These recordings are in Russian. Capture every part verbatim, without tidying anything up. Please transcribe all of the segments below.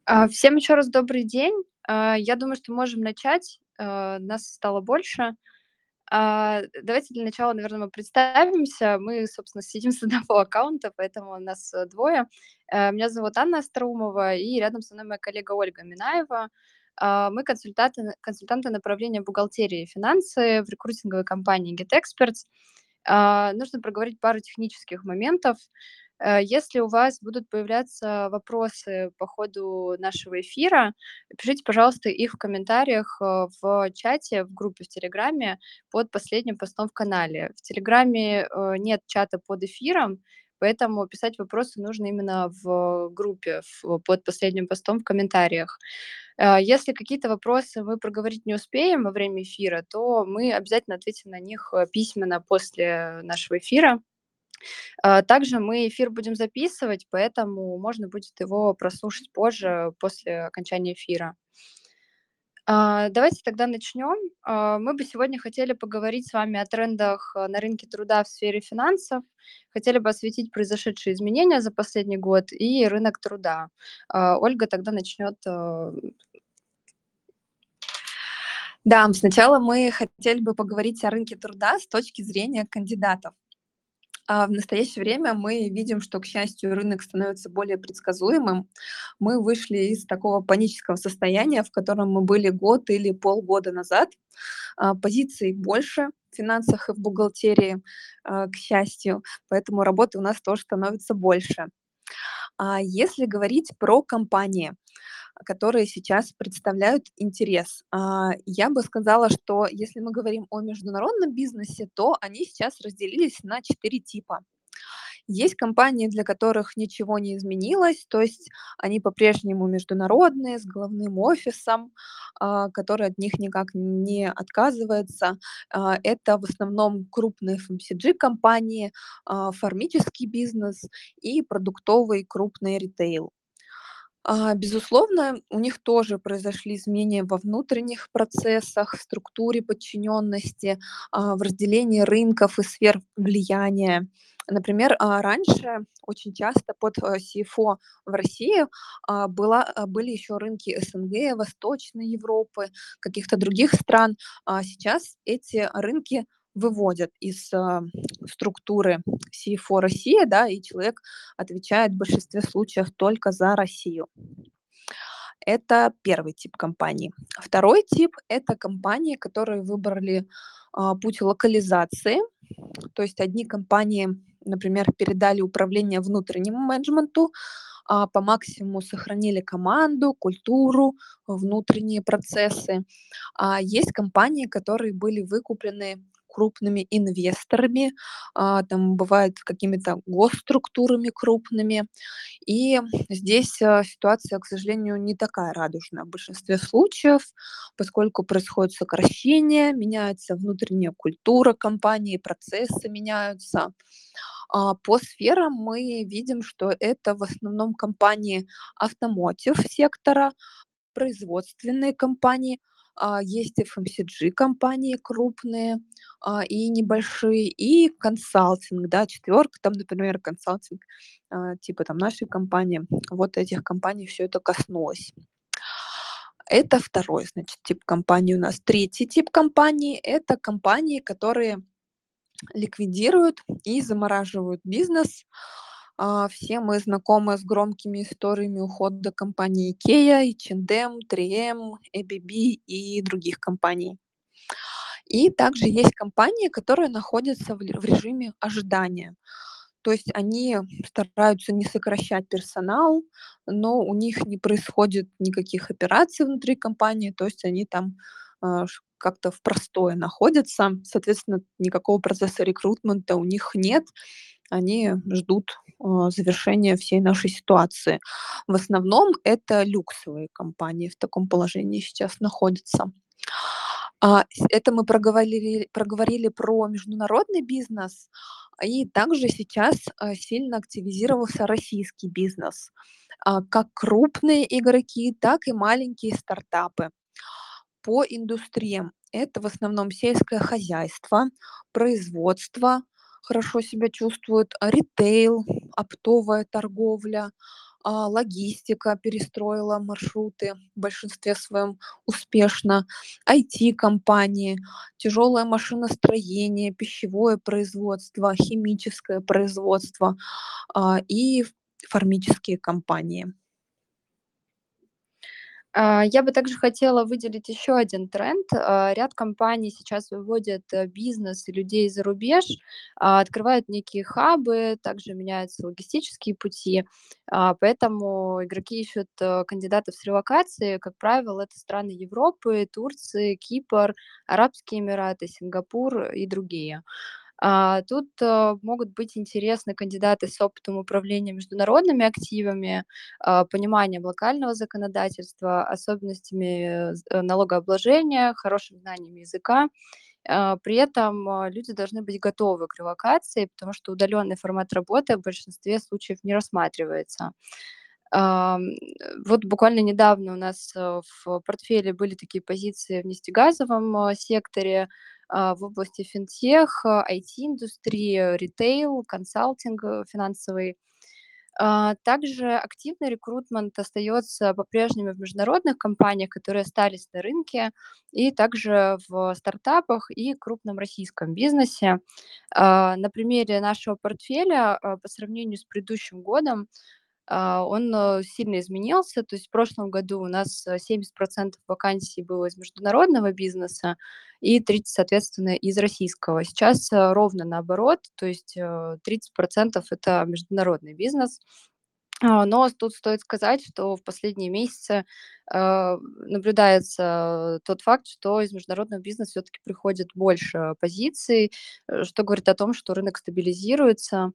А, всем еще раз добрый день. А, я думаю, что можем начать. А, нас стало больше. А, давайте для начала, наверное, мы представимся. Мы, собственно, сидим с одного аккаунта, поэтому нас э, двое. Э, Меня зовут Анна Остроумова, и рядом со мной моя коллега Ольга Минаева. А, Мы консультанты, консультанты направления бухгалтерии и финансы в рекрутинговой компании GetExperts. А, Нужно проговорить пару технических моментов. Э, Если у вас будут появляться вопросы по ходу нашего эфира, пишите, пожалуйста, их в комментариях э, в чате, в группе в Телеграме под последним постом в канале. В Телеграме э, нет чата под эфиром, поэтому писать вопросы нужно именно в группе в- под последним постом в комментариях. Э, Если какие-то вопросы мы проговорить не успеем во время эфира, то мы обязательно ответим на них э, письменно после нашего эфира. А, Также мы эфир будем записывать, поэтому можно будет его прослушать позже, после окончания эфира. А, Давайте тогда начнем. А, Мы бы сегодня хотели поговорить с вами о трендах э, на рынке труда в сфере финансов. Хотели бы осветить произошедшие изменения за последний год и рынок труда. А, Ольга тогда начнет. э, Да, сначала мы хотели бы поговорить о рынке труда с точки зрения кандидатов. А в настоящее время мы видим, что, к счастью, рынок становится более предсказуемым. Мы вышли из такого панического состояния, в котором мы были год или полгода назад. А, Позиций больше в финансах и в бухгалтерии, а, к счастью, поэтому работы у нас тоже становится больше. А если говорить про компании, которые сейчас представляют интерес. А, Я бы сказала, что если мы говорим о международном бизнесе, то они сейчас разделились на четыре типа. Есть компании, для которых ничего не изменилось, то есть они по-прежнему международные, с головным офисом, а, который от них никак не отказывается. А, Это в основном крупные эф эм си джи-компании, а, фармический бизнес и продуктовый крупный ритейл. А, безусловно, у них тоже произошли изменения во внутренних процессах, в структуре подчиненности, а, в разделении рынков и сфер влияния. Например, а, раньше очень часто под э, си эф о в России а, была, а, были еще рынки эс эн гэ, Восточной Европы, каких-то других стран. А сейчас эти рынки выводят из а, структуры си эф о Россия, да, и человек отвечает в большинстве случаев только за Россию. Это первый тип компаний. Второй тип — это компании, которые выбрали а, путь локализации. То есть одни компании, например, передали управление внутреннему менеджменту, а, по максимуму сохранили команду, культуру, внутренние процессы. А есть компании, которые были выкуплены крупными инвесторами, а, там бывает какими-то госструктурами крупными, и здесь, а, ситуация, к сожалению, не такая радужная в большинстве случаев, поскольку происходит сокращение, меняется внутренняя культура компании, процессы меняются. А, по сферам мы видим, что это в основном компании автомотив сектора, производственные компании, а, есть эф эм си джи-компании крупные, а, и небольшие, и консалтинг, да, четверка, там, например, консалтинг, а, типа там нашей компании. Вот этих компаний все это коснулось. Это второй, значит, тип компаний у нас. Третий тип компаний — это компании, которые ликвидируют и замораживают бизнес. А, Все мы знакомы с громкими историями ухода компании Икея, эйч энд эм, три эм, эй би би и других компаний. И также есть компании, которые находятся в ле- в режиме ожидания. То есть они стараются не сокращать персонал, но у них не происходит никаких операций внутри компании, то есть они там а, ш- как-то в простое находятся. Соответственно, никакого процесса рекрутмента у них нет. Они ждут а, завершения всей нашей ситуации. В основном это люксовые компании в таком положении сейчас находятся. А, с Это мы проговорили проговорили про международный бизнес, и также сейчас, а, сильно активизировался российский бизнес. А, как крупные игроки, так и маленькие стартапы. По индустриям это в основном сельское хозяйство, производство хорошо себя чувствует, а, ритейл, оптовая торговля, а, логистика перестроила маршруты в большинстве своем успешно, I T-компании, тяжелое машиностроение, пищевое производство, химическое производство, а, и фармические компании. А, я бы также хотела выделить еще один тренд. А, ряд компаний сейчас выводят, э, бизнес и людей за рубеж, а, открывают некие хабы, также меняются логистические пути. А, поэтому игроки ищут, э, кандидатов с релокацией. Как правило, это страны Европы, Турции, Кипр, Арабские Эмираты, Сингапур и другие. А, тут, э, могут быть интересны кандидаты с опытом управления международными активами, а, пониманием локального законодательства, особенностями, э, з э, налогообложения, хорошим знанием языка. А, при этом, а, люди должны быть готовы к релокации, потому что удаленный формат работы в большинстве случаев не рассматривается. Ам, э, вот буквально недавно у нас, э, в портфеле были такие позиции в нефтегазовом, а, секторе, а, в области финтех, I T-индустрии, ритейл, консалтинг, э, финансовый. А, также активный рекрутмент остается по-прежнему в международных компаниях, которые остались на рынке, и также в стартапах и крупном российском бизнесе. А, на примере нашего портфеля, а, по сравнению с предыдущим годом, а, он, э, сильно изменился. То есть в прошлом году у нас, э, семьдесят процентов вакансий было из международного бизнеса и тридцать, соответственно, из российского. Сейчас, э, ровно наоборот, то есть, э, тридцать процентов это международный бизнес. А, но тут стоит сказать, что в последние месяцы, э, наблюдается тот факт, что из международного бизнеса все-таки приходит больше позиций, э, что говорит о том, что рынок стабилизируется.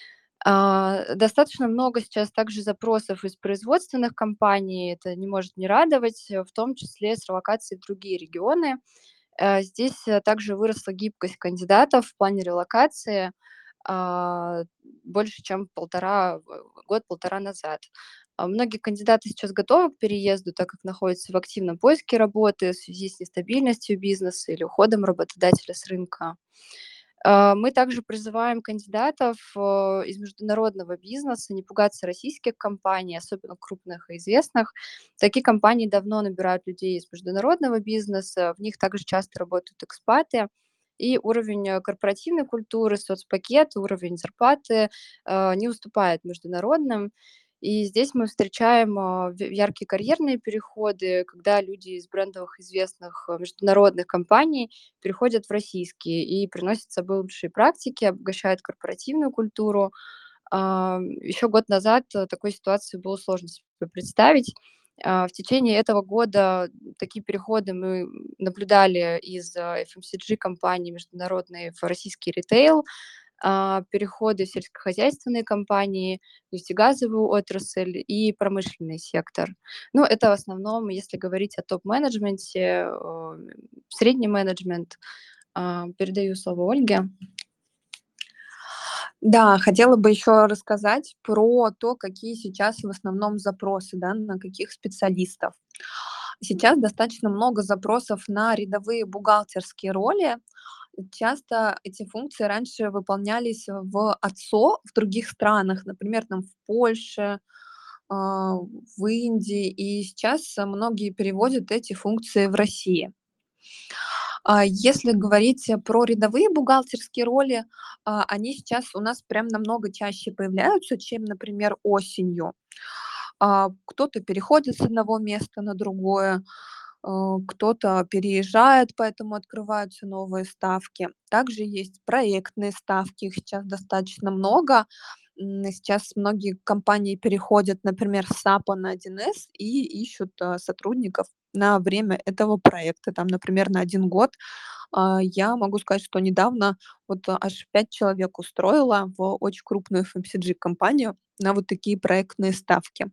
А, достаточно много сейчас также запросов из производственных компаний. Это не может не радовать, э, в том числе с релокацией в другие регионы. Э, здесь, э, также выросла гибкость кандидатов в плане релокации, а, больше, чем полтора в год-полтора назад. А, многие кандидаты сейчас готовы к переезду, так как находятся в активном поиске работы в связи с нестабильностью бизнеса или уходом работодателя с рынка. А, мы также призываем кандидатов, э, из международного бизнеса не пугаться российских компаний, особенно крупных и известных. Такие компании давно набирают людей из международного бизнеса, в них также часто работают экспаты, и уровень, э, корпоративной культуры, соцпакет, уровень зарплаты, э, не уступает международным. И здесь мы встречаем, а, в яркие карьерные переходы, когда люди из брендовых известных, э, международных компаний переходят в российские и приносят с собой лучшие практики, обогащают корпоративную культуру. А, еще год назад, э, такой ситуации было сложно себе представить. А, в течение этого года такие переходы мы наблюдали из, а, эф эм си джи-компаний международные в российский ритейл, а, переходы в сельскохозяйственные компании, нефтегазовую отрасль и промышленный сектор. Ну, это в основном, если говорить о топ-менеджменте, э, средний менеджмент. А, передаю слово Ольге. Да, хотела бы еще рассказать про то, какие сейчас в основном запросы, да, на каких специалистов. Сейчас достаточно много запросов на рядовые бухгалтерские роли. Часто эти функции раньше выполнялись в ОТСО в других странах, например, там в Польше, а, в Индии, и сейчас э, многие переводят эти функции в России. А если говорить э, про рядовые бухгалтерские роли, а, они сейчас у нас прям намного чаще появляются, чем, например, осенью. А, кто-то переходит с одного места на другое, э, кто-то переезжает, поэтому открываются новые ставки. Также есть проектные ставки, их сейчас достаточно много. М, Сейчас многие компании переходят, например, с сапа на один эс и ищут э, сотрудников на время этого проекта, там, например, на один год. А, Я могу сказать, что недавно вот а, аж пять человек устроила в очень крупную эф эм си джи-компанию на вот такие проектные ставки.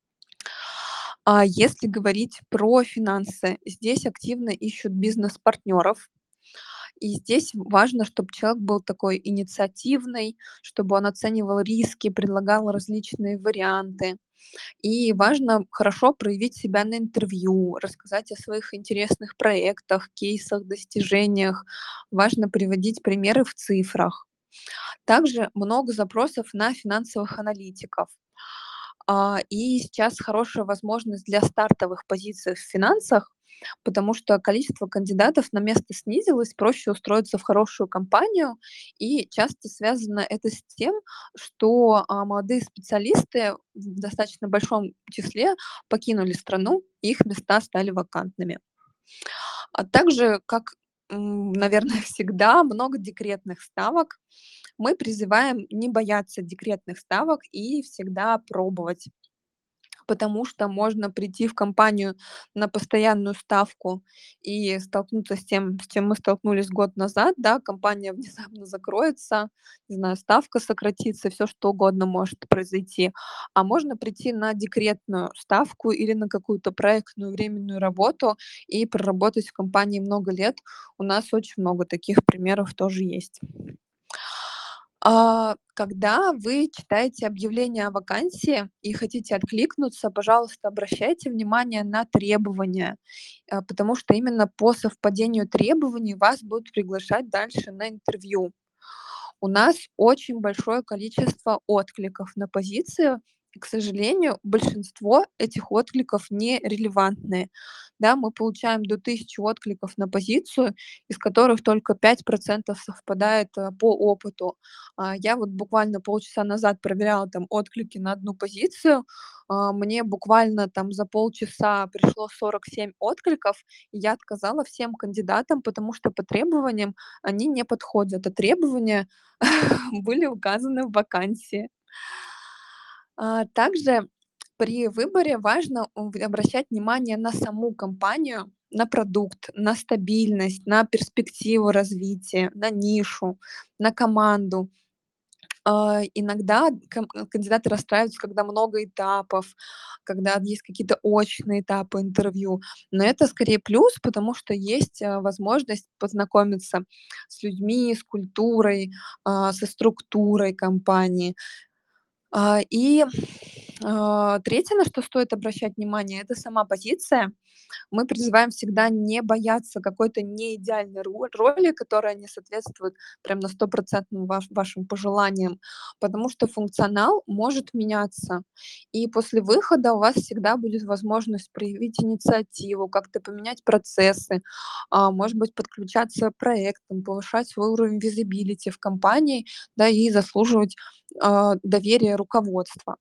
А если говорить про финансы, здесь активно ищут бизнес-партнеров. И здесь важно, чтобы человек был такой инициативный, чтобы он оценивал риски, предлагал различные варианты. И важно хорошо проявить себя на интервью, рассказать о своих интересных проектах, кейсах, достижениях. Важно приводить примеры в цифрах. Также много запросов на финансовых аналитиков. А, и сейчас хорошая возможность для стартовых позиций в финансах, потому что количество кандидатов на место снизилось, проще устроиться в хорошую компанию. И часто связано это с тем, что, а, молодые специалисты в достаточно большом числе покинули страну, их места стали вакантными. А также, как, м, наверное, всегда, много декретных ставок. Мы призываем не бояться декретных ставок и всегда пробовать, потому что можно прийти в компанию на постоянную ставку и столкнуться с тем, с чем мы столкнулись год назад, да, компания внезапно закроется, не знаю, ставка сократится, все что угодно может произойти. А можно прийти на декретную ставку или на какую-то проектную временную работу и проработать в компании много лет. У нас очень много таких примеров тоже есть. А, когда вы читаете объявление о вакансии и хотите откликнуться, пожалуйста, обращайте внимание на требования, а, потому что именно по совпадению требований вас будут приглашать дальше на интервью. У нас очень большое количество откликов на позицию. И, к сожалению, большинство этих откликов нерелевантные. Да, мы получаем до тысячи откликов на позицию, из которых только пять процентов совпадает э, по опыту. А, Я вот буквально полчаса назад проверяла там отклики на одну позицию. А, Мне буквально там за полчаса пришло сорок семь откликов, и я отказала всем кандидатам, потому что по требованиям они не подходят, а требования были указаны в вакансии. А, также при выборе важно у в обращать внимание на саму компанию, на продукт, на стабильность, на перспективу развития, на нишу, на команду. А, иногда кам э, кандидаты расстраиваются, когда много этапов, когда есть какие-то очные этапы интервью. Но это скорее плюс, потому что есть, а, возможность познакомиться с людьми, с культурой, а, со структурой компании. А, и, а, третье, на что стоит обращать внимание — это сама позиция. Мы призываем всегда не бояться какой-то неидеальной ро роли, которая не соответствует прям на сто ваш вашим пожеланиям, потому что функционал может меняться. И после выхода у вас всегда будет возможность проявить инициативу, как-то поменять процессы, а, может быть, подключаться к проектам, повышать свой уровень визибилити в компании, да, и заслуживать, а, доверия руководства.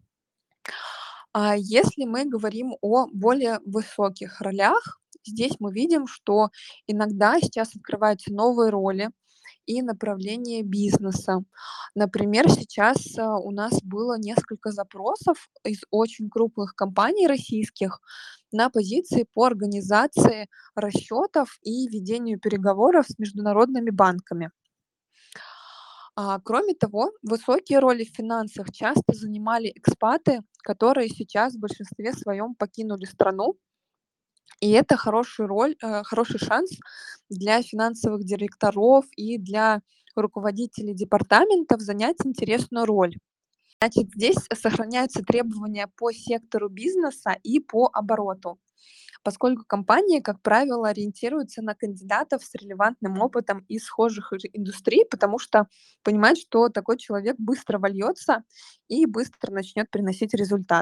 А если мы говорим о более высоких ролях, здесь мы видим, что иногда сейчас открываются новые роли и направления бизнеса. Например, сейчас а, у нас было несколько запросов из очень крупных компаний российских на позиции по организации расчетов и ведению переговоров с международными банками. А, кроме того, высокие роли в финансах часто занимали экспаты, которые сейчас в большинстве своем покинули страну. И это хороший роль, э, хороший шанс для финансовых директоров и для руководителей департаментов занять интересную роль. Значит, здесь сохраняются требования по сектору бизнеса и по обороту, поскольку компании, как правило, ориентируются на кандидатов с релевантным опытом из схожих уже индустрий, потому что понимают, что такой человек быстро вольется и быстро начнет приносить результат.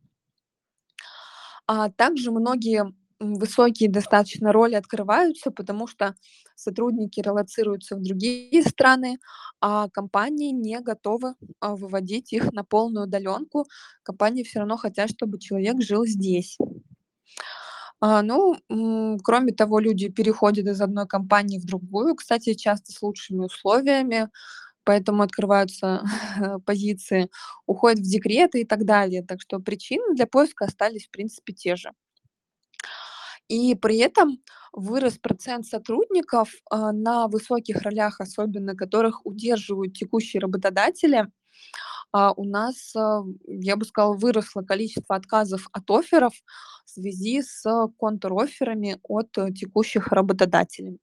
А также многие м, высокие достаточно роли открываются, потому что сотрудники релоцируются в другие страны, а компании не готовы а, выводить их на полную удаленку. Компании все равно хотят, чтобы человек жил здесь. А, ну, м, кроме того, люди переходят из одной компании в другую, кстати, часто с лучшими условиями, поэтому открываются позиции, уходят в декреты и так далее. Так что причины для поиска остались, в принципе, те же. И при этом вырос процент сотрудников а, на высоких ролях, особенно которых удерживают текущие работодатели. А, у нас, а, я бы сказала, выросло количество отказов от офферов в связи с контрофферами от э, текущих работодателей.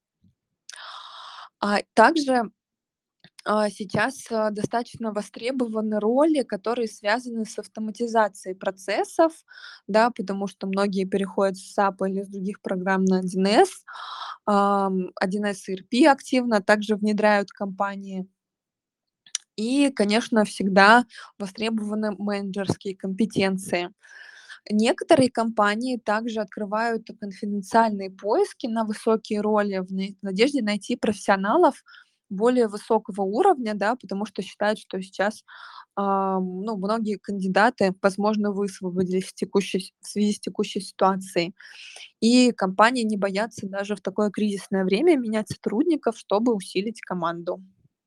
А также а, сейчас а, достаточно востребованы роли, которые связаны с автоматизацией процессов, да, потому что многие переходят с сапа или с других программ на один эс. Ам, один эс и эр пи активно также внедряют компании. И, конечно, всегда востребованы менеджерские компетенции. Некоторые компании также открывают конфиденциальные поиски на высокие роли в на- надежде найти профессионалов более высокого уровня, да, потому что считают, что сейчас ам, ну, многие кандидаты, возможно, высвободились в, текущей, с- в связи с текущей ситуацией. И компании не боятся даже в такое кризисное время менять сотрудников, чтобы усилить команду.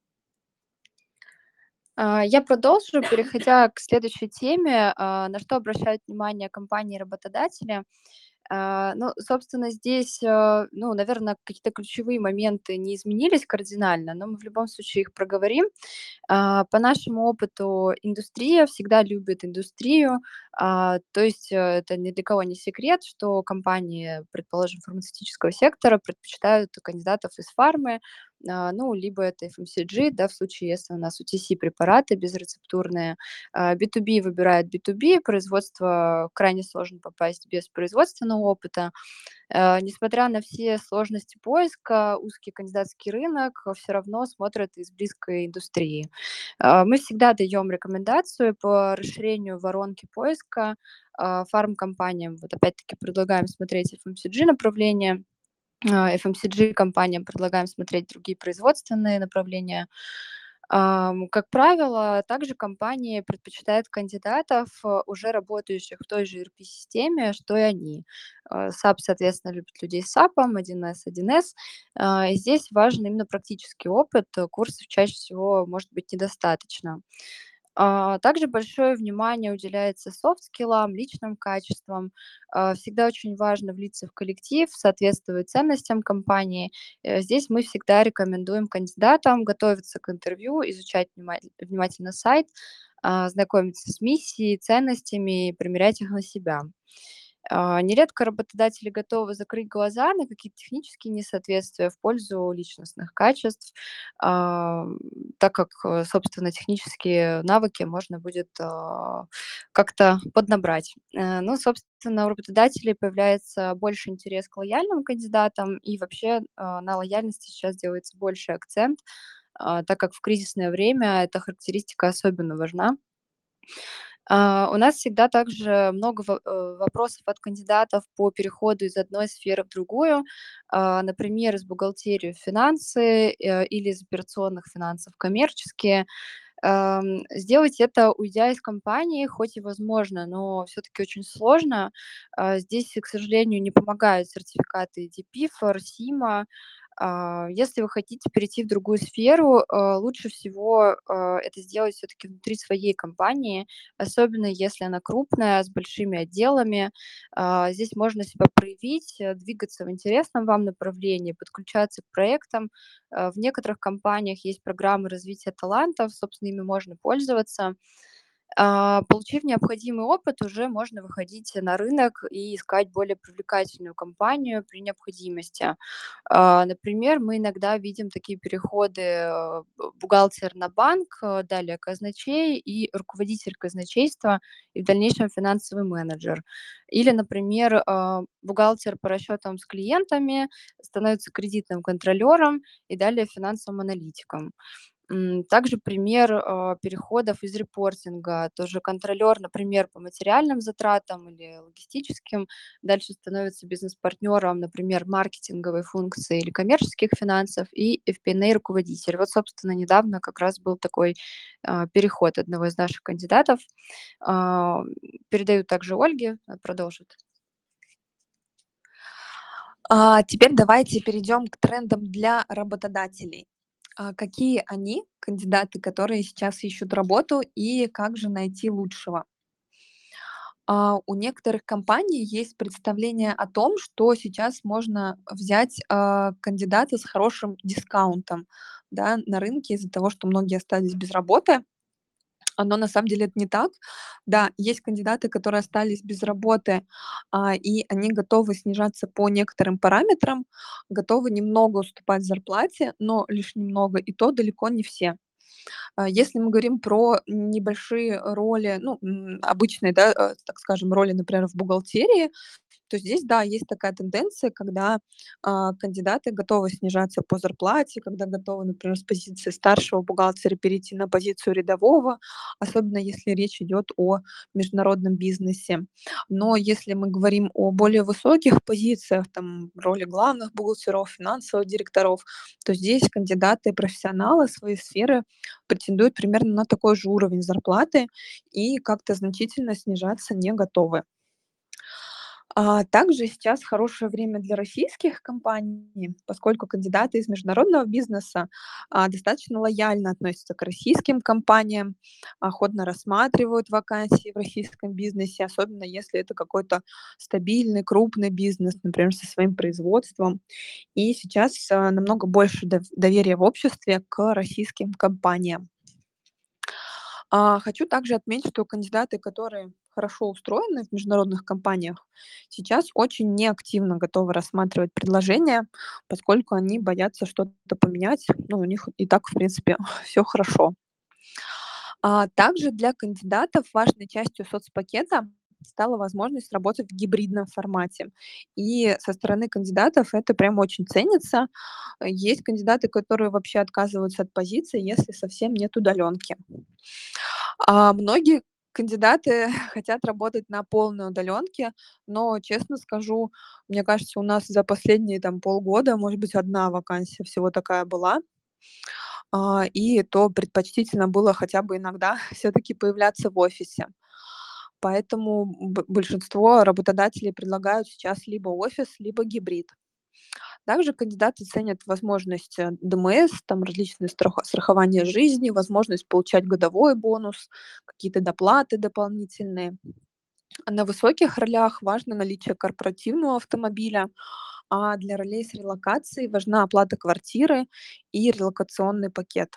А, я продолжу, переходя к следующей теме, а, на что обращают внимание компании и работодатели. А, ну, собственно, здесь, э, ну, наверное, какие-то ключевые моменты не изменились кардинально, но мы в любом случае их проговорим. А, по нашему опыту, индустрия всегда любит индустрию. А, то есть, э, это ни для кого не секрет, что компании, предположим, фармацевтического сектора предпочитают кандидатов из фармы, а, ну, либо это эф эм си джи, да, в случае, если у нас о ти си-препараты безрецептурные. А, би ту би выбирает би ту би, производство крайне сложно попасть без производственного опыта. Э, несмотря на все сложности поиска, узкий кандидатский рынок все равно смотрят из близкой индустрии. Э, мы всегда даем рекомендацию по расширению воронки поиска, а, фармкомпаниям. Вот опять-таки предлагаем смотреть эф эм си джи направление, а, эф эм си джи-компаниям предлагаем смотреть другие производственные направления. Ам, как правило, также компании предпочитают кандидатов, э, уже работающих в той же и эр пи-системе, что и они. Э, сап, соответственно, любит людей с сапом, один эс, один эс. А, и здесь важен именно практический опыт. Э, курсов чаще всего может быть недостаточно. А, также большое внимание уделяется софт-скиллам, личным качествам. А, всегда очень важно влиться в коллектив, соответствовать ценностям компании. Э, здесь мы всегда рекомендуем кандидатам готовиться к интервью, изучать внима внимательно сайт, а, знакомиться с миссией, ценностями и примерять их на себя. А, нередко работодатели готовы закрыть глаза на какие-то технические несоответствия в пользу личностных качеств, ам, так как, э, собственно, технические навыки можно будет, а, как-то поднабрать. Э, ну, собственно, у работодателей появляется больше интерес к лояльным кандидатам, и вообще, а, на лояльности сейчас делается больше акцент, а, так как в кризисное время эта характеристика особенно важна. А, у нас всегда также много во э, вопросов от кандидатов по переходу из одной сферы в другую. А, например, из бухгалтерии в финансы, э, или из операционных финансов в коммерческие. Ам, сделать это, уйдя из компании, хоть и возможно, но все таки очень сложно. А, здесь, к сожалению, не помогают сертификаты ди пиф, сима. А, если вы хотите перейти в другую сферу, а, лучше всего, а, это сделать все таки внутри своей компании, особенно если она крупная, с большими отделами. А, здесь можно себя проявить, э, двигаться в интересном вам направлении, подключаться к проектам. Э, в некоторых компаниях есть программы развития талантов, собственно, ими можно пользоваться. А, получив необходимый опыт, уже можно выходить на рынок и искать более привлекательную компанию при необходимости. А, например, мы иногда видим такие переходы, э, б бухгалтер на банк, э, далее казначей и руководитель казначейства, и в дальнейшем финансовый менеджер. Или, например, а, бухгалтер по расчетам с клиентами становится кредитным контролером и далее финансовым аналитиком. М, также пример, а, переходов из репортинга. Тоже контролер, например, по материальным затратам или логистическим, дальше становится бизнес-партнером, например, маркетинговой функции или коммерческих финансов, и эф пи эн эй-руководитель. Вот, собственно, недавно как раз был такой, а, переход одного из наших кандидатов. А, передаю также Ольге, она продолжит. А, теперь давайте перейдем к трендам для работодателей. А, какие они, кандидаты, которые сейчас ищут работу, и как же найти лучшего? А, у некоторых компаний есть представление о том, что сейчас можно взять, а, кандидата с хорошим дискаунтом, да, на рынке из-за того, что многие остались без работы. Но на самом деле это не так. Да, есть кандидаты, которые остались без работы, а, и они готовы снижаться по некоторым параметрам, готовы немного уступать в зарплате, но лишь немного, и то далеко не все. А, если мы говорим про небольшие роли, ну, м, обычные, да, э, так скажем, роли, например, в бухгалтерии, то здесь, да, есть такая тенденция, когда а, кандидаты готовы снижаться по зарплате, когда готовы, например, с позиции старшего бухгалтера перейти на позицию рядового, особенно если речь идет о международном бизнесе. Но если мы говорим о более высоких позициях, там, роли главных бухгалтеров, финансовых директоров, то здесь кандидаты-профессионалы своей сферы претендуют примерно на такой же уровень зарплаты и как-то значительно снижаться не готовы. А также сейчас хорошее время для российских компаний, поскольку кандидаты из международного бизнеса а, достаточно лояльно относятся к российским компаниям, охотно рассматривают вакансии в российском бизнесе, особенно если это какой-то стабильный, крупный бизнес, например, со своим производством. И сейчас а, намного больше дов- доверия в обществе к российским компаниям. А, хочу также отметить, что кандидаты, которые хорошо устроены в международных компаниях, сейчас очень неактивно готовы рассматривать предложения, поскольку они боятся что-то поменять. Ну, у них и так, в принципе, все хорошо. А также для кандидатов важной частью соцпакета стала возможность работать в гибридном формате. И со стороны кандидатов это прям очень ценится. Э, Есть кандидаты, которые вообще отказываются от позиции, если совсем нет удаленки. А многие кандидаты хотят работать на полной удаленке, но, честно скажу, мне кажется, у нас за последние там полгода, может быть, одна вакансия всего такая была. А, и то предпочтительно было хотя бы иногда все-таки появляться в офисе. Поэтому б- большинство работодателей предлагают сейчас либо офис, либо гибрид. Также кандидаты ценят возможность э, ДМС, там различные страха- страхования жизни, возможность получать годовой бонус, какие-то доплаты дополнительные. А на высоких ролях важно наличие корпоративного автомобиля, а для ролей с релокацией важна оплата квартиры и релокационный пакет.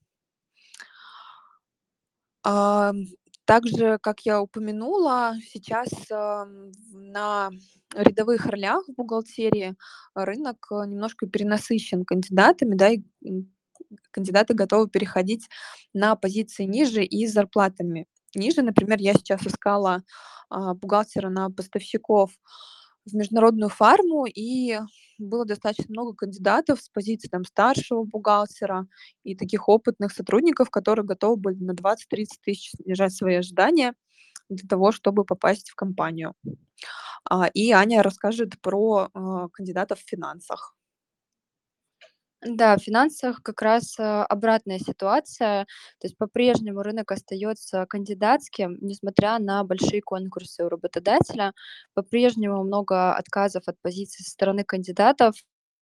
Ам, Также, как я упомянула, сейчас, ам, в на рядовых ролях в бухгалтерии рынок, э, немножко перенасыщен кандидатами, да, и, м, кандидаты готовы переходить на позиции ниже и с зарплатами ниже. Например, я сейчас искала, а, бухгалтера на поставщиков в международную фарму, и было достаточно много кандидатов с позиции там старшего бухгалтера и таких опытных сотрудников, которые готовы были на двадцать тридцать тысяч снижать свои ожидания для того, чтобы попасть в компанию. А, и Аня расскажет про, а, кандидатов в финансах. Да, в финансах как раз, э, обратная ситуация. То есть по-прежнему рынок остается кандидатским, несмотря на большие конкурсы у работодателя. По-прежнему много отказов от позиций со стороны кандидатов.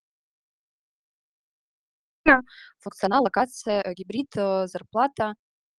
Функционал, локация, э, гибрид, э, зарплата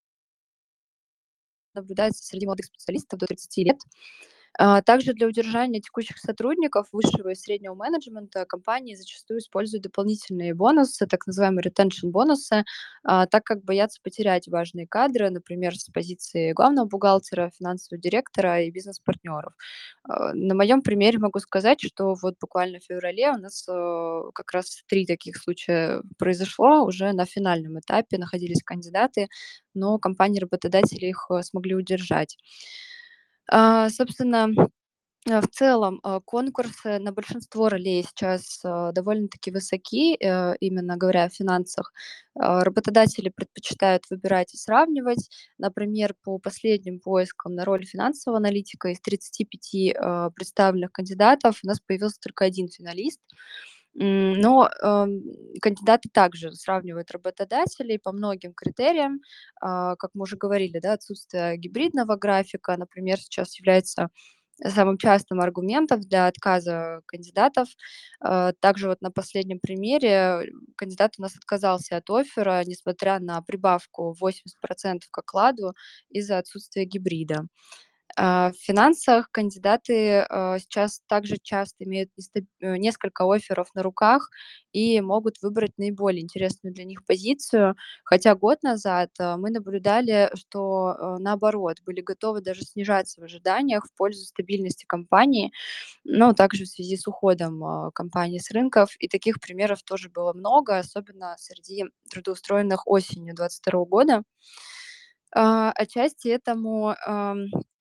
наблюдается среди молодых специалистов до тридцати лет. А, также для удержания текущих сотрудников высшего и среднего менеджмента компании зачастую используют дополнительные бонусы, так называемые retention бонусы, а, так как боятся потерять важные кадры, например, с позиции главного бухгалтера, финансового директора и бизнес-партнеров. А, На моем примере могу сказать, что вот буквально в феврале у нас э, как раз три таких случая произошло, уже на финальном этапе находились кандидаты, но компании-работодатели их э, смогли удержать. А, собственно, э, в целом, э, конкурсы на большинство ролей сейчас, э, довольно-таки высоки, э, именно говоря о финансах. А, работодатели предпочитают выбирать и сравнивать. Например, по последним поискам на роль финансового аналитика из тридцати пяти э, представленных кандидатов у нас появился только один финалист. М, но, эм, кандидаты также сравнивают работодателей по многим критериям. А, как мы уже говорили, да, отсутствие гибридного графика, например, сейчас является самым частым аргументом для отказа кандидатов. Э, также вот на последнем примере э, кандидат у нас отказался от оффера, несмотря на прибавку восемьдесят процентов к окладу из-за отсутствия гибрида. А, в финансах кандидаты, э, сейчас также часто имеют нестаб э, несколько офферов на руках и могут выбрать наиболее интересную для них позицию. Хотя год назад, э, мы наблюдали, что, э, наоборот, были готовы даже снижаться в ожиданиях в пользу стабильности компании, но также в связи с уходом, а, компании с рынков. И таких примеров тоже было много, особенно среди трудоустроенных осенью двадцать второго года. А, отчасти этому, ам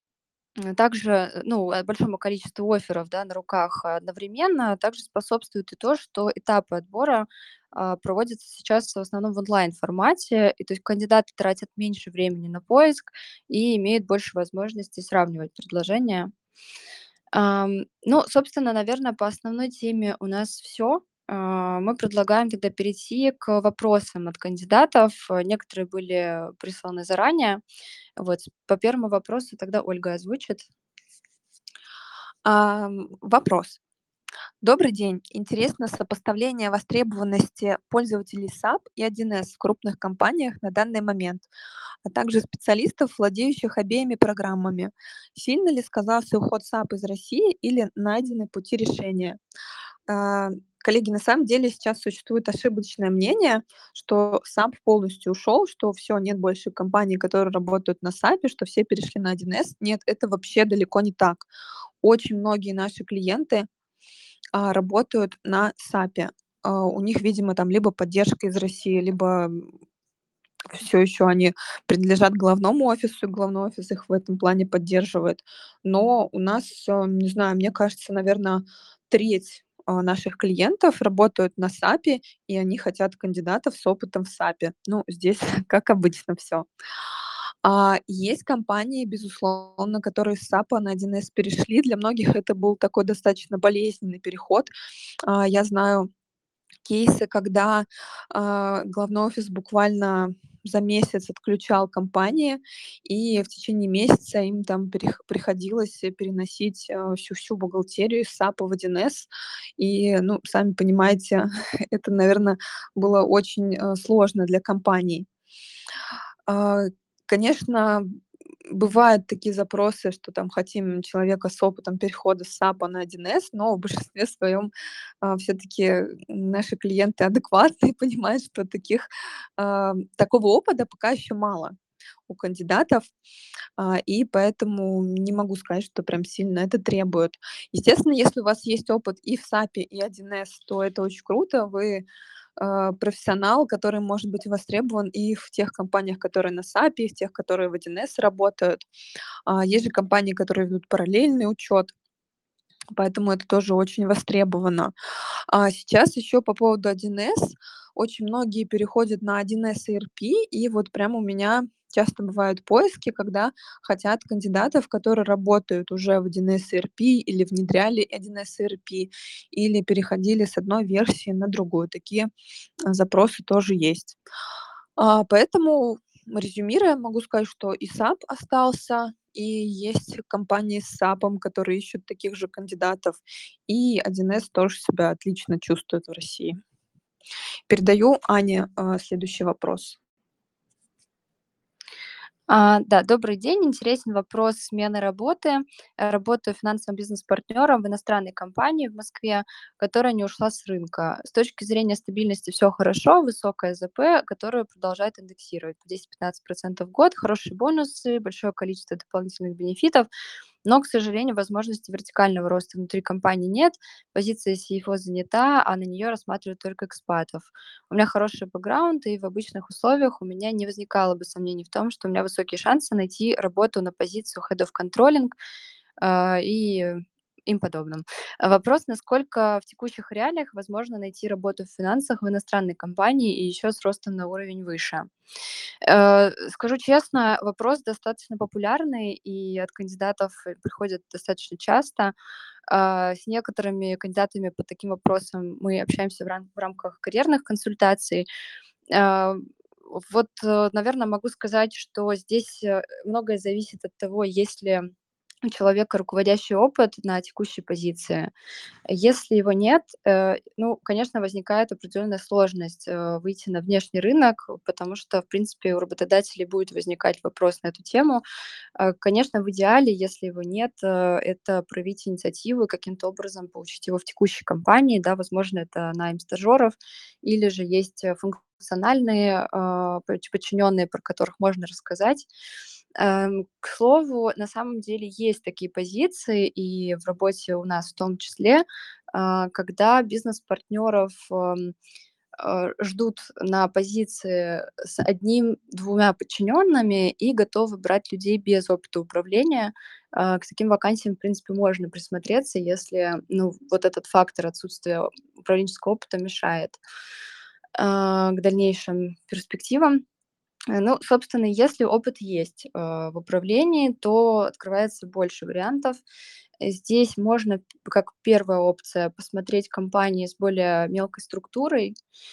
М, также, э, ну, э, большому количеству офферов, да, на руках одновременно также способствует и то, что этапы отбора, а, проводятся сейчас в основном в онлайн-формате. И то есть кандидаты тратят меньше времени на поиск и имеют больше возможностей сравнивать предложения. Ам, ну, собственно, наверно, по основной теме у нас всё. А, мы предлагаем тогда перейти к вопросам от кандидатов. Э, некоторые были присланы заранее. Вот, с по первому вопросу тогда Ольга озвучит. Ам, вопрос. Добрый день. Интересно сопоставление востребованности пользователей САП и один эс в крупных компаниях на данный момент, а также специалистов, владеющих обеими программами. Сильно ли сказался уход САП из России или найдены пути решения? А, коллеги, на самом деле сейчас существует ошибочное мнение, что САП полностью ушел, что всё, нет больше компаний, которые работают на САПе, что все перешли на один эс. Нет, это вообще далеко не так. Очень многие наши клиенты, а, работают на САПе. А, у них, видимо, там либо поддержка из России, либо, м, всё ещё они принадлежат главному офису, и главной офис их в этом плане поддерживает. Но у нас, а, не знаю, мне кажется, наверно, треть, а, наших клиентов работают на САПе, и они хотят кандидатов с опытом в САПе. Ну, здесь как обычно всё. А, есть компании, безусловно, которые с САПа на один эс перешли. Для многих это был такой достаточно болезненный переход. А, я знаю кейсы, когда, а, главный офис буквально за месяц отключал компании, и в течение месяца им там прих приходилось переносить, а, всю всю бухгалтерию из САПа в один эс. И, ну, сами понимаете, это, наверно, было очень, а, сложно для компаний. А, конечно, бывают такие запросы, что там хотим человека с опытом перехода с САПа на один эс, но в большинстве своем, а, всё-таки наши клиенты адекватные, понимают, что таких, а, такого опыта пока еще мало у кандидатов. А, и поэтому не могу сказать, что прям сильно это требует. Естественно, если у вас есть опыт и в САПе, и один эс, то это очень круто. Вы, а, профессионал, который может быть востребован и в тех компаниях, которые на САПе, и в тех, которые в один эс работают. А, есть же компании, которые ведут параллельный учет, поэтому это тоже очень востребовано. А сейчас еще по поводу один эс. Очень многие переходят на один эс ERP, и вот прям у меня часто бывают поиски, когда хотят кандидатов, которые работают уже в один эс ERP или внедряли один эс ERP, или переходили с одной версии на другую. Такие, а, запросы тоже есть. А, поэтому, резюмируя, могу сказать, что и САП остался, и есть компании с САПом, которые ищут таких же кандидатов, и один эс тоже себя отлично чувствует в России. Передаю Ане, а, следующий вопрос. А, да, добрый день. Интересен вопрос смены работы. Э, работаю финансовым бизнес-партнером в иностранной компании в Москве, которая не ушла с рынка. С точки зрения стабильности всё хорошо, высокая ЗП, которую продолжают индексировать по десять пятнадцать процентов в год, хорошие бонусы, большое количество дополнительных бенефитов. Но, к сожалению, возможности вертикального роста внутри компании нет. Позиция си эф о занята, а на нее рассматривают только экспатов. У меня хороший бэкграунд, и в обычных условиях у меня не возникало бы сомнений в том, что у меня высокие шансы найти работу на позицию Head of Controlling, а, и им подобным. Вопрос: насколько в текущих реалиях возможно найти работу в финансах в иностранной компании и еще с ростом на уровень выше? Э, скажу честно, вопрос достаточно популярный, и от кандидатов приходят достаточно часто. А, с некоторыми кандидатами по таким вопросам мы общаемся в рам в рамках карьерных консультаций. А, вот, наверно, могу сказать, что здесь, э, многое зависит от того, есть ли у человека руководящий опыт на текущей позиции. Если его нет, э, ну, конечно, возникает определенная сложность, э, выйти на внешний рынок, потому что, в принципе, у работодателей будет возникать вопрос на эту тему. А, конечно, в идеале, если его нет, э, это проявить инициативу и каким-то образом получить его в текущей компании. Да, возможно, это найм стажеров или же есть функциональные, а, подч подчиненные, про которых можно рассказать. Эм, к слову, на самом деле есть такие позиции, и в работе у нас в том числе, а, когда бизнес-партнеров, ам, а, ждут на позиции с одним двумя подчиненными и готовы брать людей без опыта управления. А, к таким вакансиям, в принципе, можно присмотреться, если, ну, вот этот фактор отсутствия управленческого опыта мешает, а, к дальнейшим перспективам. Э, ну, собственно, если опыт есть, а, в управлении, то открывается больше вариантов. Э, здесь можно, п как первая опция, посмотреть компании с более мелкой структурой.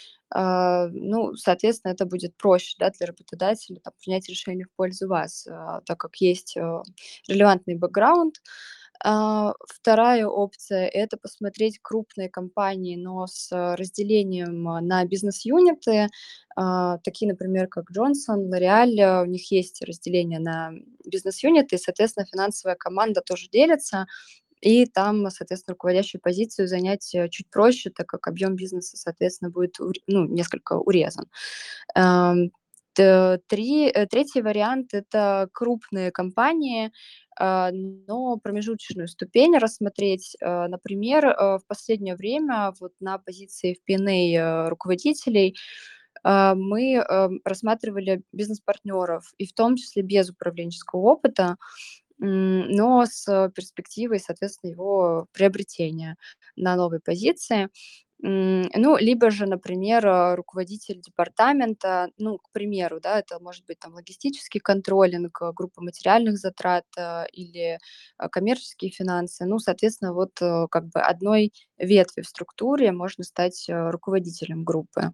А, ну, соответственно, это будет проще, да, для работодателя там принять решение в пользу вас, а, так как есть, э, релевантный бэкграунд. А, вторая опция — это посмотреть крупные компании, но с а, разделением а, на бизнес-юниты, а, такие, например, как Johnson, L'Oréal. А, У них есть разделение на бизнес-юниты, и, соответственно, финансовая команда тоже делится, и там, соответственно, руководящую позицию занять э, чуть проще, так как объем бизнеса, соответственно, будет ур- ну, несколько урезан. Ам, т- три, э, Третий вариант — это крупные компании, а, но промежуточную ступень рассмотреть. А, Например, э, в последнее время вот на позиции в P and A э, руководителей а, мы эм, рассматривали бизнес-партнеров, и в том числе без управленческого опыта, м, но с э, перспективой, соответственно, его приобретения на новой позиции. М, ну, либо же, например, э, руководитель департамента, ну, к примеру, да, это может быть там логистический контролинг, э, группа материальных затрат э, или э, коммерческие финансы. Ну, соответственно, вот э, как бы одной ветви в структуре можно стать э, руководителем группы.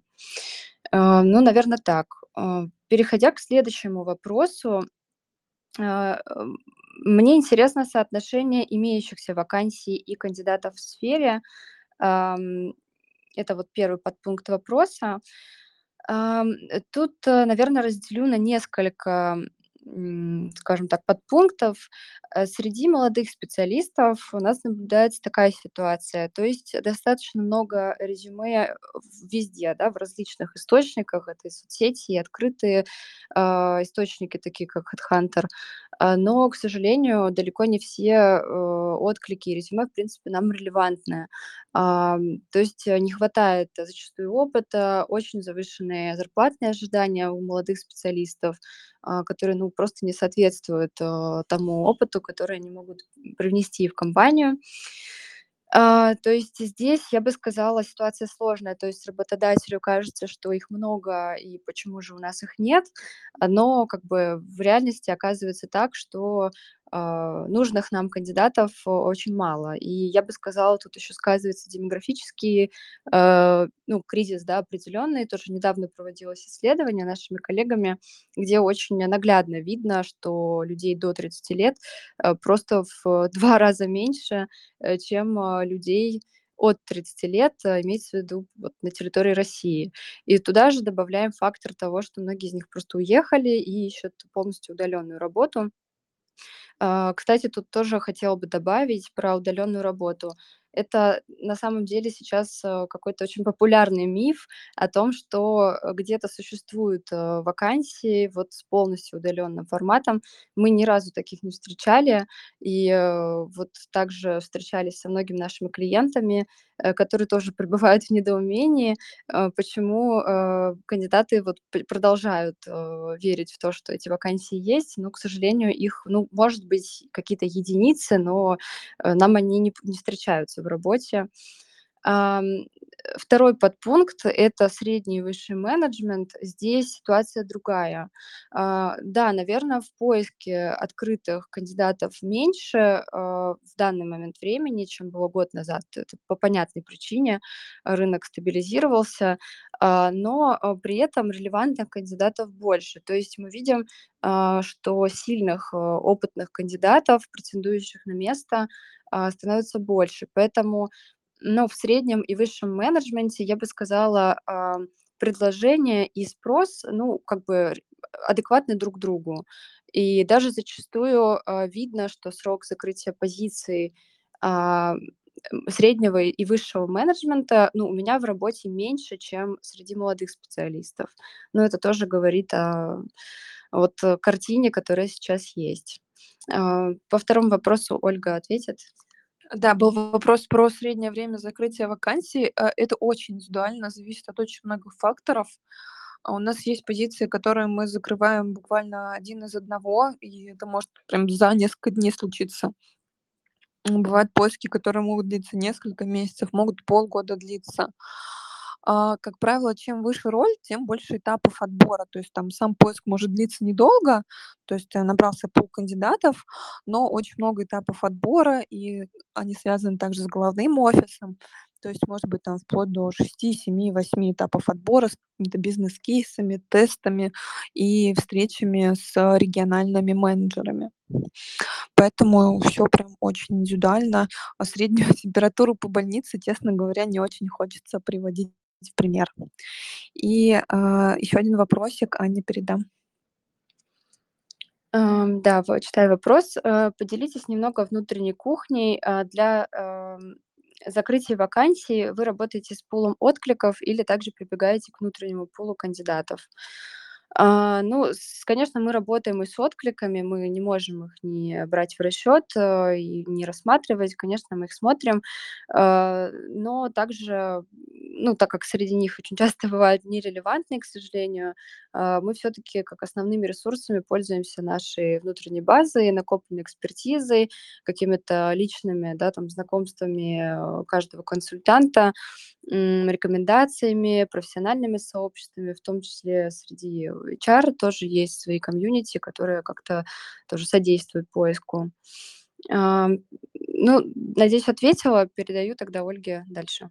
Э, Ну, наверное, так. Э, Переходя к следующему вопросу, а, эм, мне интересно соотношение имеющихся вакансий и кандидатов в сфере. Ам, это вот первый подпункт вопроса. Ам, э, тут, наверное, разделю на несколько, м, скажем так, подпунктов. Э, среди молодых специалистов у нас наблюдается такая ситуация. То есть достаточно много резюме в везде, да, в различных источниках. Это и соцсети, и открытые, а, источники, такие как HeadHunter. А, но, к сожалению, далеко не все, э, отклики и резюме, в принципе, нам релевантны. Ам, то есть, э, не хватает э, зачастую опыта, очень завышенные зарплатные ожидания у молодых специалистов, а, которые, ну, просто не соответствуют, э, тому опыту, который они могут привнести в компанию. А, то есть здесь, я бы сказала, ситуация сложная. То есть работодателю кажется, что их много, и почему же у нас их нет? А, но как бы в реальности оказывается так, что, а, нужных нам кандидатов о очень мало. И я бы сказала, тут еще сказывается демографический, э, ну, кризис, да, определенный. Тоже недавно проводилось исследование нашими коллегами, где очень наглядно видно, что людей до тридцати лет, э, просто в два раза меньше, э, чем, а, людей от тридцати лет, а, имеется в виду вот на территории России. И туда же добавляем фактор того, что многие из них просто уехали и ищут полностью удаленную работу. А, Кстати, тут тоже хотела бы добавить про удаленную работу. Это на самом деле сейчас э, какой-то очень популярный миф о том, что э, где-то существуют э, вакансии вот с полностью удаленным форматом. Мы ни разу таких не встречали, и э, вот также встречались со многими нашими клиентами, э, которые тоже пребывают в недоумении, э, почему э, кандидаты вот п- продолжают э, верить в то, что эти вакансии есть, но, к сожалению, их, ну, может быть, какие-то единицы, но э, нам они не, п- не встречаются в работе. Ам, э, Второй подпункт — это средний и высший менеджмент. Здесь ситуация другая. А, Да, наверное, в поиске открытых кандидатов меньше а, в данный момент времени, чем было год назад. Это по понятной причине. Рынок стабилизировался, а, но а, при этом релевантных кандидатов больше. То есть мы видим, а, что сильных, а, опытных кандидатов, претендующих на место, а, становится больше. Поэтому, ну, в среднем и высшем менеджменте, я бы сказала, а, предложение и спрос, ну, как бы р адекватны друг другу. И даже зачастую, а, видно, что срок закрытия позиций, а, м, среднего и высшего менеджмента, ну, у меня в работе меньше, чем среди молодых специалистов. Но это тоже говорит о вот, э, картине, которая сейчас есть. А, по второму вопросу Ольга ответит. Да, был вопрос про среднее время закрытия вакансий. Э, это очень индивидуально, зависит от очень многих факторов. А у нас есть позиции, которые мы закрываем буквально один из одного, и это может прям за несколько дней случиться. М, бывают поиски, которые могут длиться несколько месяцев, могут полгода длиться. А, как правило, чем выше роль, тем больше этапов отбора. То есть там сам поиск может длиться недолго, то есть, э, набрался пул кандидатов, но очень много этапов отбора, и они связаны также с головным офисом. То есть, может быть, там вплоть до шести, семи, восьми этапов отбора с какими-то бизнес-кейсами, тестами и встречами с региональными менеджерами. Поэтому всё прям очень индивидуально, а среднюю температуру по больнице, честно говоря, не очень хочется приводить в пример. И, а, еще один вопросик Анне передам. Ам, да, вот читаю вопрос. Э, поделитесь немного внутренней кухней, а, для, ам, закрытия вакансий. Вы работаете с пулом откликов или также прибегаете к внутреннему пулу кандидатов? А, ну, с конечно, мы работаем и с откликами, мы не можем их не брать в расчет, э, и не рассматривать. Конечно, мы их смотрим, а, но также, ну, так как среди них очень часто бывают нерелевантные, к сожалению, а, мы всё-таки как основными ресурсами пользуемся нашей внутренней базой, накопленной экспертизой, какими-то личными, да, там, знакомствами, э, каждого консультанта, м, рекомендациями, профессиональными сообществами, в том числе среди эйч ар тоже есть свои комьюнити, которые как-то тоже содействуют поиску. Ам, ну, надеюсь, ответила. Передаю тогда Ольге дальше.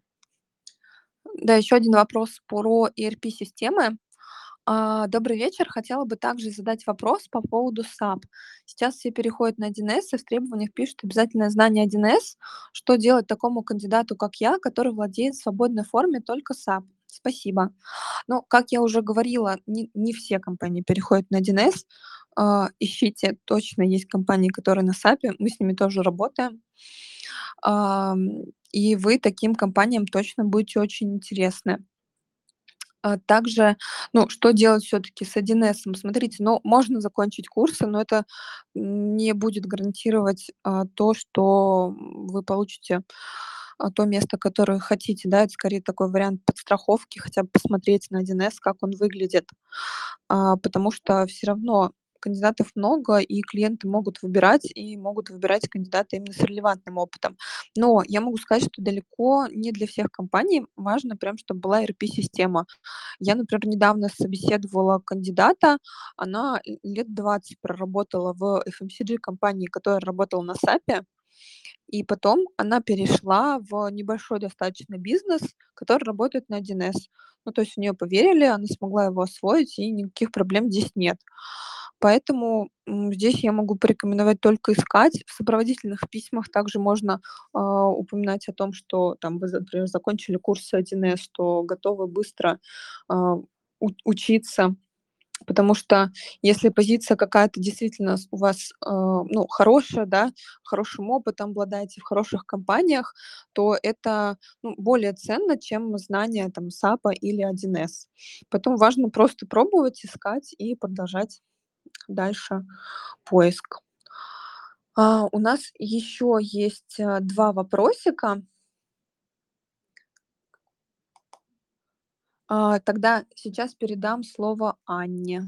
Да, еще один вопрос про и эр пи-системы. А, добрый вечер. Хотела бы также задать вопрос по поводу сап. Сейчас все переходят на один эс и в требованиях пишут обязательное знание один эс. Что делать такому кандидату, как я, который владеет в свободной форме только сап? Спасибо. Ну, как я уже говорила, не не все компании переходят на один эс. А, ищите, точно есть компании, которые на сапе, мы с ними тоже работаем. Ам, и вы таким компаниям точно будете очень интересны. А также, ну, что делать всё-таки с один эсом? Смотрите, ну, можно закончить курсы, но это не будет гарантировать, а, то, что вы получите, а, то место, которое хотите, да. Это скорее такой вариант подстраховки, хотя бы посмотреть на один эс, как он выглядит. А, потому что всё равно кандидатов много, и клиенты могут выбирать, и могут выбирать кандидата именно с релевантным опытом. Но я могу сказать, что далеко не для всех компаний важно прям, чтоб была и эр пи-система. Я, например, недавно собеседовала кандидата, она л лет двадцать проработала в эф эм си джи компании, которая работала на сапе, и потом она перешла в небольшой достаточно бизнес, который работает на один эс. Ну, то есть в неё поверили, она смогла его освоить, и никаких проблем здесь нет. Поэтому, м, здесь я могу порекомендовать только искать. В сопроводительных письмах также можно, а, упоминать о том, что там вы, например, закончили курсы один эс, что готовы быстро, а, у учиться. Потому что если позиция какая-то действительно с у вас, а, ну, хорошая, да, хорошим опытом обладаете в хороших компаниях, то это, ну, более ценно, чем знание там сапа или один эс. Поэтому важно просто пробовать, искать и продолжать дальше поиск. А, у нас еще есть, а, два вопросика. А, тогда сейчас передам слово Анне.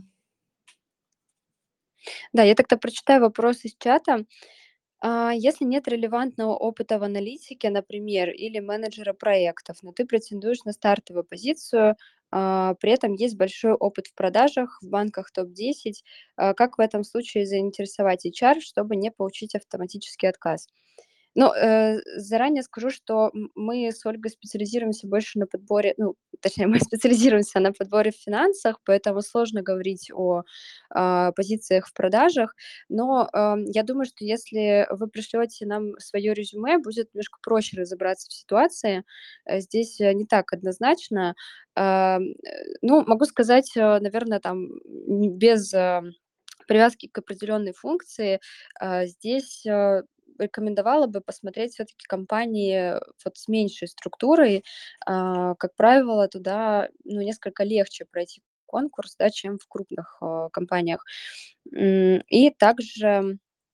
Да, я тогда прочитаю вопрос из чата. А, если нет релевантного опыта в аналитике, например, или менеджера проектов, но ты претендуешь на стартовую позицию, а, при этом есть большой опыт в продажах, в банках топ десять, а, как в этом случае заинтересовать эйч ар, чтобы не получить автоматический отказ? Ну, э, заранее скажу, что м мы с Ольгой специализируемся больше на подборе, ну, точнее, мы специализируемся на подборе в финансах, поэтому сложно говорить о, а, позициях в продажах. Но, ам, я думаю, что если вы пришлете нам свое резюме, будет немножко проще разобраться в ситуации. Э, здесь, э, не так однозначно. Ам, э, ну, могу сказать, э, наверно, там, м, без, а, привязки к определенной функции, а, здесь, а, рекомендовала бы посмотреть всё-таки компании вот с меньшей структурой. А, как правило, туда, ну, несколько легче пройти конкурс, да, чем в крупных, а, компаниях. М, и также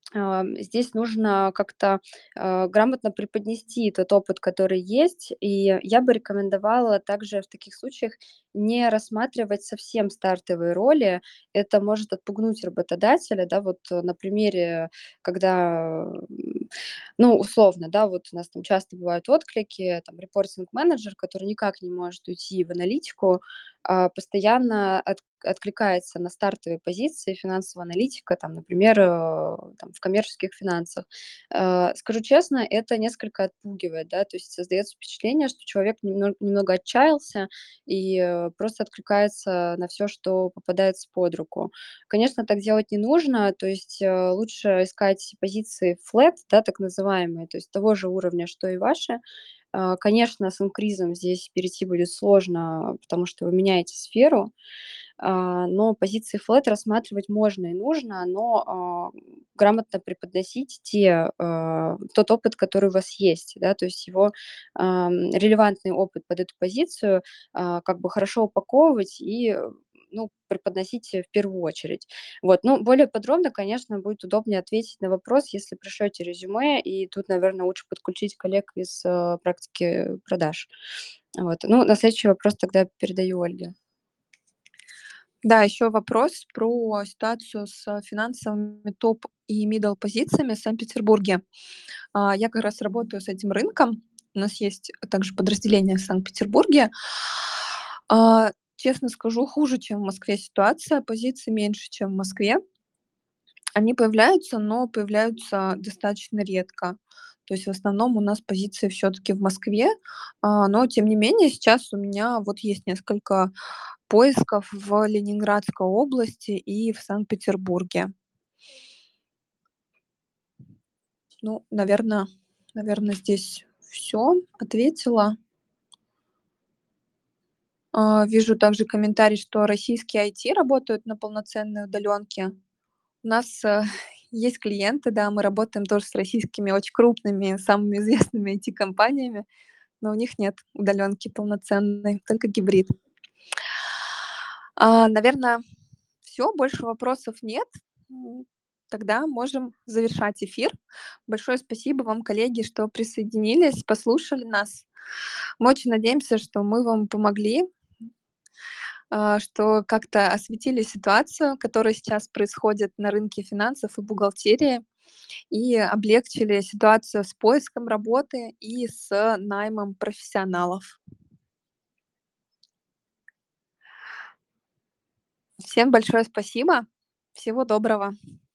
Ам, здесь нужно как-то, а, грамотно преподнести тот опыт, который есть. И я бы рекомендовала также в таких случаях не рассматривать совсем стартовые роли. Это может отпугнуть работодателя, да. Вот на примере, когда, м, ну, условно, да, вот у нас там часто бывают отклики, там репортинг-менеджер, который никак не может уйти в аналитику, а, постоянно от откликается на стартовые позиции финансового аналитика, там, например, э, там, в коммерческих финансах. Э, скажу честно, это несколько отпугивает, да, то есть создается впечатление, что человек немно немного отчаялся и, э, просто откликается на все, что попадается под руку. Конечно, так делать не нужно, то есть, э, лучше искать позиции flat, да, так называемые, то есть того же уровня, что и ваши. А, конечно, с инкризом здесь перейти будет сложно, потому что вы меняете сферу, а, но позиции флэт рассматривать можно и нужно, но, а, грамотно преподносить те, а, тот опыт, который у вас есть, да, то есть его, ам, релевантный опыт под эту позицию, а, как бы хорошо упаковывать и, э, ну, преподносить в первую очередь. Вот, ну, более подробно, конечно, будет удобнее ответить на вопрос, если пришлете резюме, и тут, наверное, лучше подключить коллег из, э, практики продаж. Вот, ну, на следующий вопрос тогда передаю Ольге. Да, еще вопрос про ситуацию с финансовыми топ и middle позициями в Санкт-Петербурге. А, я как раз работаю с этим рынком. У нас есть также подразделение в Санкт-Петербурге. А, честно скажу, хуже, чем в Москве ситуация. Позиций меньше, чем в Москве. Они появляются, но появляются достаточно редко. То есть в основном у нас позиции все-таки в Москве, а, но тем не менее сейчас у меня вот есть несколько поисков в Ленинградской области и в Санкт-Петербурге. Ну, наверно наверно, здесь все ответила. А, вижу также комментарий, что российские I T работают на полноценной удалёнке. У нас, э, есть клиенты, да, мы работаем тоже с российскими очень крупными, самыми известными I T-компаниями, но у них нет удалёнки полноценной, только гибрид. А, наверно, всё, больше вопросов нет. М, тогда можем завершать эфир. Большое спасибо вам, коллеги, что присоединились, послушали нас. Мы очень надеемся, что мы вам помогли, а, что как-то осветили ситуацию, которая сейчас происходит на рынке финансов и бухгалтерии, и облегчили ситуацию с поиском работы и с наймом профессионалов. Всем большое спасибо. Всего доброго.